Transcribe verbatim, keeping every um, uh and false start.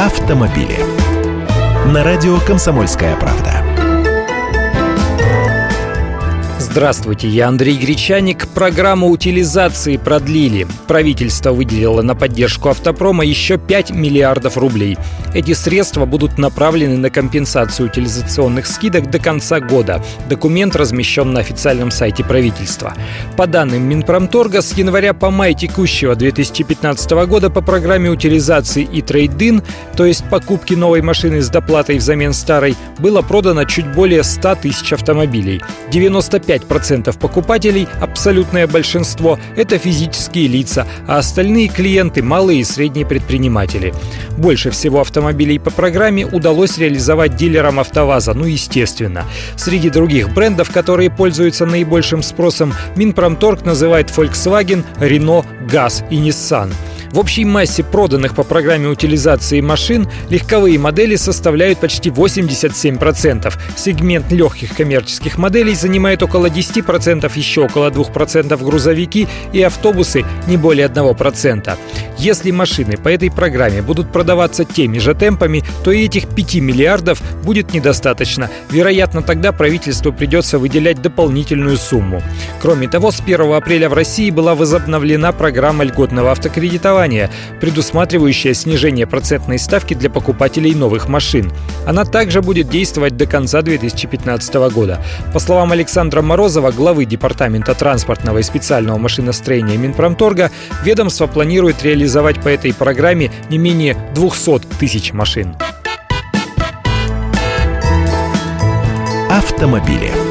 автомобили. На радио «Комсомольская правда». Здравствуйте, я Андрей Гречаник. Программу утилизации продлили. Правительство выделило на поддержку автопрома еще пять миллиардов рублей. Эти средства будут направлены на компенсацию утилизационных скидок до конца года. Документ размещен на официальном сайте правительства. По данным Минпромторга, с января по май текущего две тысячи пятнадцатого года по программе утилизации и трейд-ин, то есть покупки новой машины с доплатой взамен старой, было продано чуть более ста тысяч автомобилей. девяносто пять процентов покупателей, абсолютное большинство, это физические лица, а остальные клиенты – малые и средние предприниматели. Больше всего автомобилей по программе удалось реализовать дилерам АвтоВАЗа, ну естественно. Среди других брендов, которые пользуются наибольшим спросом, Минпромторг называет Volkswagen, Renault, ГАЗ и Nissan. В общей массе проданных по программе утилизации машин легковые модели составляют почти восемьдесят семь процентов. Сегмент легких коммерческих моделей занимает около десять процентов, еще около два процента грузовики и автобусы не более одного процента. Если машины по этой программе будут продаваться теми же темпами, то и этих пяти миллиардов будет недостаточно. Вероятно, тогда правительству придется выделять дополнительную сумму. Кроме того, с первого апреля в России была возобновлена программа льготного автокредитования, предусматривающая снижение процентной ставки для покупателей новых машин. Она также будет действовать до конца две тысячи пятнадцатого года. По словам Александра Морозова, главы Департамента транспортного и специального машиностроения Минпромторга, ведомство планирует реализовать по этой программе не менее двухсот тысяч машин. Автомобили.